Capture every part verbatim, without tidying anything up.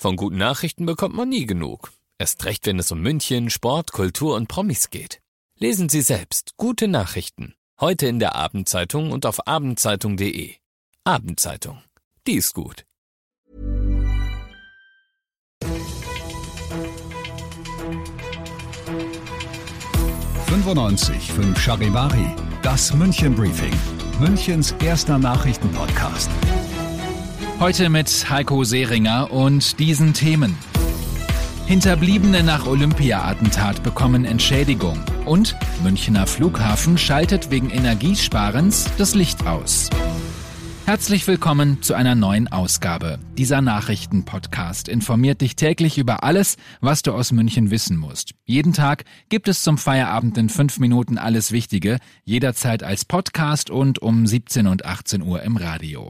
Von guten Nachrichten bekommt man nie genug. Erst recht, wenn es um München, Sport, Kultur und Promis geht. Lesen Sie selbst gute Nachrichten. Heute in der Abendzeitung und auf abendzeitung punkt de. Abendzeitung. Die ist gut. fünfundneunzig Komma fünf Charivari, das München Briefing, Münchens erster Nachrichtenpodcast. Heute mit Heiko Seringer und diesen Themen. Hinterbliebene nach Olympia-Attentat bekommen Entschädigung und Münchner Flughafen schaltet wegen Energiesparens das Licht aus. Herzlich willkommen zu einer neuen Ausgabe. Dieser Nachrichtenpodcast informiert dich täglich über alles, was du aus München wissen musst. Jeden Tag gibt es zum Feierabend in fünf Minuten alles Wichtige, jederzeit als Podcast und um siebzehn und achtzehn Uhr im Radio.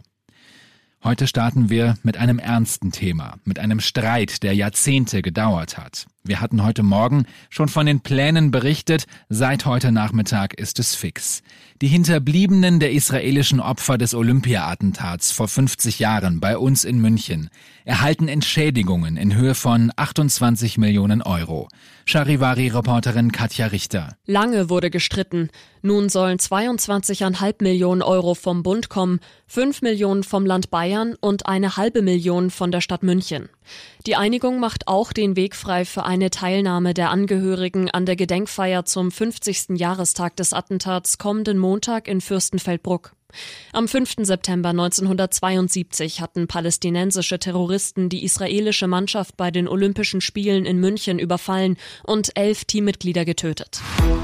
Heute starten wir mit einem ernsten Thema, mit einem Streit, der Jahrzehnte gedauert hat. Wir hatten heute Morgen schon von den Plänen berichtet, seit heute Nachmittag ist es fix. Die Hinterbliebenen der israelischen Opfer des Olympia-Attentats vor fünfzig Jahren bei uns in München erhalten Entschädigungen in Höhe von achtundzwanzig Millionen Euro. Charivari-Reporterin Katja Richter. Lange wurde gestritten. Nun sollen zweiundzwanzig Komma fünf Millionen Euro vom Bund kommen, fünf Millionen vom Land Bayern und eine halbe Million von der Stadt München. Die Einigung macht auch den Weg frei für eine Teilnahme der Angehörigen an der Gedenkfeier zum fünfzigsten Jahrestag des Attentats kommenden Montag in Fürstenfeldbruck. Am fünften September neunzehnhundertzweiundsiebzig hatten palästinensische Terroristen die israelische Mannschaft bei den Olympischen Spielen in München überfallen und elf Teammitglieder getötet.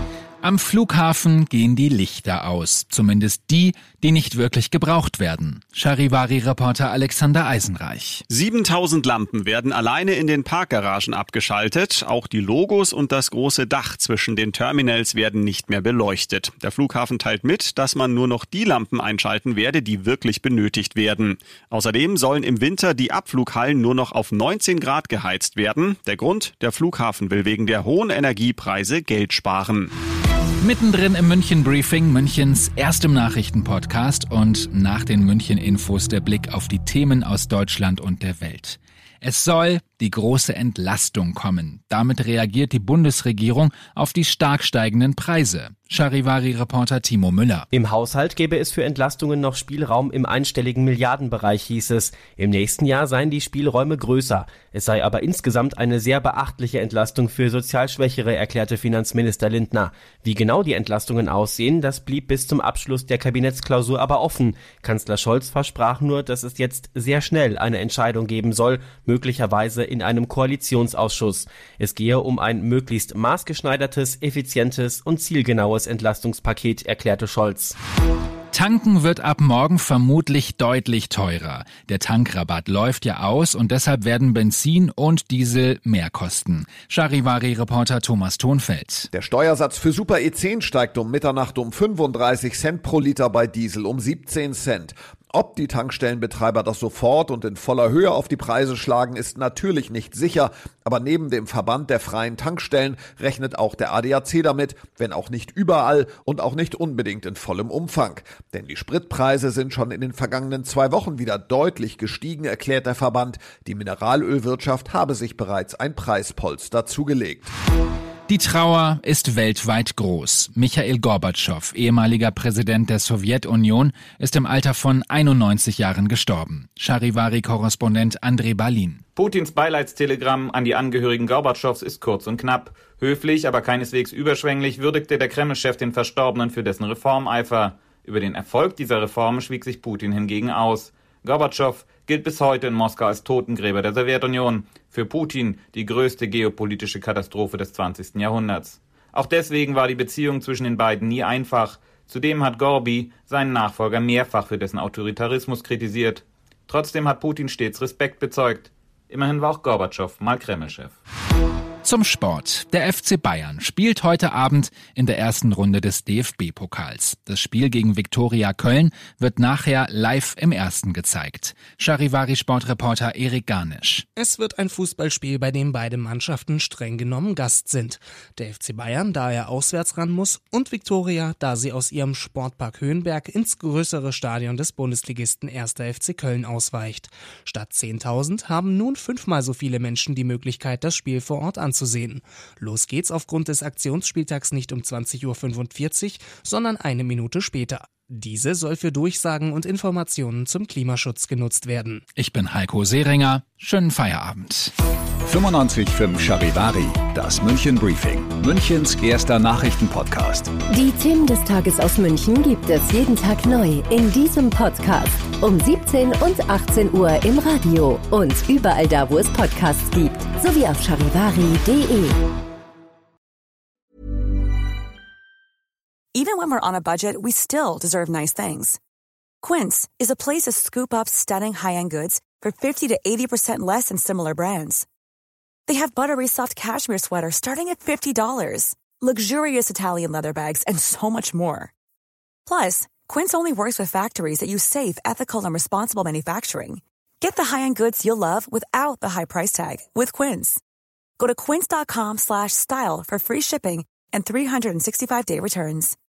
Am Flughafen gehen die Lichter aus, zumindest die, die nicht wirklich gebraucht werden. Charivari-Reporter Alexander Eisenreich. siebentausend Lampen werden alleine in den Parkgaragen abgeschaltet. Auch die Logos und das große Dach zwischen den Terminals werden nicht mehr beleuchtet. Der Flughafen teilt mit, dass man nur noch die Lampen einschalten werde, die wirklich benötigt werden. Außerdem sollen im Winter die Abflughallen nur noch auf neunzehn Grad geheizt werden. Der Grund, der Flughafen will wegen der hohen Energiepreise Geld sparen. Mittendrin im München Briefing, Münchens erstem Nachrichtenpodcast und nach den München Infos der Blick auf die Themen aus Deutschland und der Welt. Es soll die große Entlastung kommen. Damit reagiert die Bundesregierung auf die stark steigenden Preise. Charivari-Reporter Timo Müller. Im Haushalt gäbe es für Entlastungen noch Spielraum im einstelligen Milliardenbereich, hieß es. Im nächsten Jahr seien die Spielräume größer. Es sei aber insgesamt eine sehr beachtliche Entlastung für sozial Schwächere, erklärte Finanzminister Lindner. Wie genau die Entlastungen aussehen, das blieb bis zum Abschluss der Kabinettsklausur aber offen. Kanzler Scholz versprach nur, dass es jetzt sehr schnell eine Entscheidung geben soll, möglicherweise in einem Koalitionsausschuss. Es gehe um ein möglichst maßgeschneidertes, effizientes und zielgenaues Entlastungspaket, erklärte Scholz. Tanken wird ab morgen vermutlich deutlich teurer. Der Tankrabatt läuft ja aus und deshalb werden Benzin und Diesel mehr kosten. Charivari-Reporter Thomas Thonfeld. Der Steuersatz für Super E zehn steigt um Mitternacht um fünfunddreißig Cent pro Liter, bei Diesel um siebzehn Cent. Ob die Tankstellenbetreiber das sofort und in voller Höhe auf die Preise schlagen, ist natürlich nicht sicher. Aber neben dem Verband der freien Tankstellen rechnet auch der A D A C damit, wenn auch nicht überall und auch nicht unbedingt in vollem Umfang. Denn die Spritpreise sind schon in den vergangenen zwei Wochen wieder deutlich gestiegen, erklärt der Verband. Die Mineralölwirtschaft habe sich bereits ein Preispolster zugelegt. Die Trauer ist weltweit groß. Michail Gorbatschow, ehemaliger Präsident der Sowjetunion, ist im Alter von einundneunzig Jahren gestorben. Charivari-Korrespondent Andrei Balin. Putins Beileidstelegramm an die Angehörigen Gorbatschows ist kurz und knapp. Höflich, aber keineswegs überschwänglich würdigte der Kreml-Chef den Verstorbenen für dessen Reformeifer. Über den Erfolg dieser Reformen schwieg sich Putin hingegen aus. Gorbatschow gilt bis heute in Moskau als Totengräber der Sowjetunion. Für Putin die größte geopolitische Katastrophe des zwanzigsten Jahrhunderts. Auch deswegen war die Beziehung zwischen den beiden nie einfach. Zudem hat Gorbi seinen Nachfolger mehrfach für dessen Autoritarismus kritisiert. Trotzdem hat Putin stets Respekt bezeugt. Immerhin war auch Gorbatschow mal Kreml-Chef. Zum Sport. Der F C Bayern spielt heute Abend in der ersten Runde des D F B-Pokals. Das Spiel gegen Viktoria Köln wird nachher live im Ersten gezeigt. Charivari-Sportreporter Erik Garnisch. Es wird ein Fußballspiel, bei dem beide Mannschaften streng genommen Gast sind. Der F C Bayern, da er auswärts ran muss, und Viktoria, da sie aus ihrem Sportpark Höhenberg ins größere Stadion des Bundesligisten erster F C Köln ausweicht. Statt zehntausend haben nun fünfmal so viele Menschen die Möglichkeit, das Spiel vor Ort anzusehen. Los geht's aufgrund des Aktionsspieltags nicht um zwanzig Uhr fünfundvierzig, sondern eine Minute später. Diese soll für Durchsagen und Informationen zum Klimaschutz genutzt werden. Ich bin Heiko Seringer. Schönen Feierabend. fünfundneunzig Komma fünf Charivari, das München Briefing, Münchens erster Nachrichtenpodcast. Die Themen des Tages aus München gibt es jeden Tag neu in diesem Podcast. Um siebzehn und achtzehn Uhr im Radio und überall da, wo es Podcasts gibt, sowie auf charivari punkt de. Even when we're on a budget, we still deserve nice things. Quince is a place to scoop up stunning high-end goods for fifty to eighty percent less than similar brands. They have buttery soft cashmere sweaters starting at fifty dollars, luxurious Italian leather bags, and so much more. Plus, Quince only works with factories that use safe, ethical, and responsible manufacturing. Get the high-end goods you'll love without the high price tag with Quince. Go to quince dot com slash style for free shipping and three sixty-five day returns.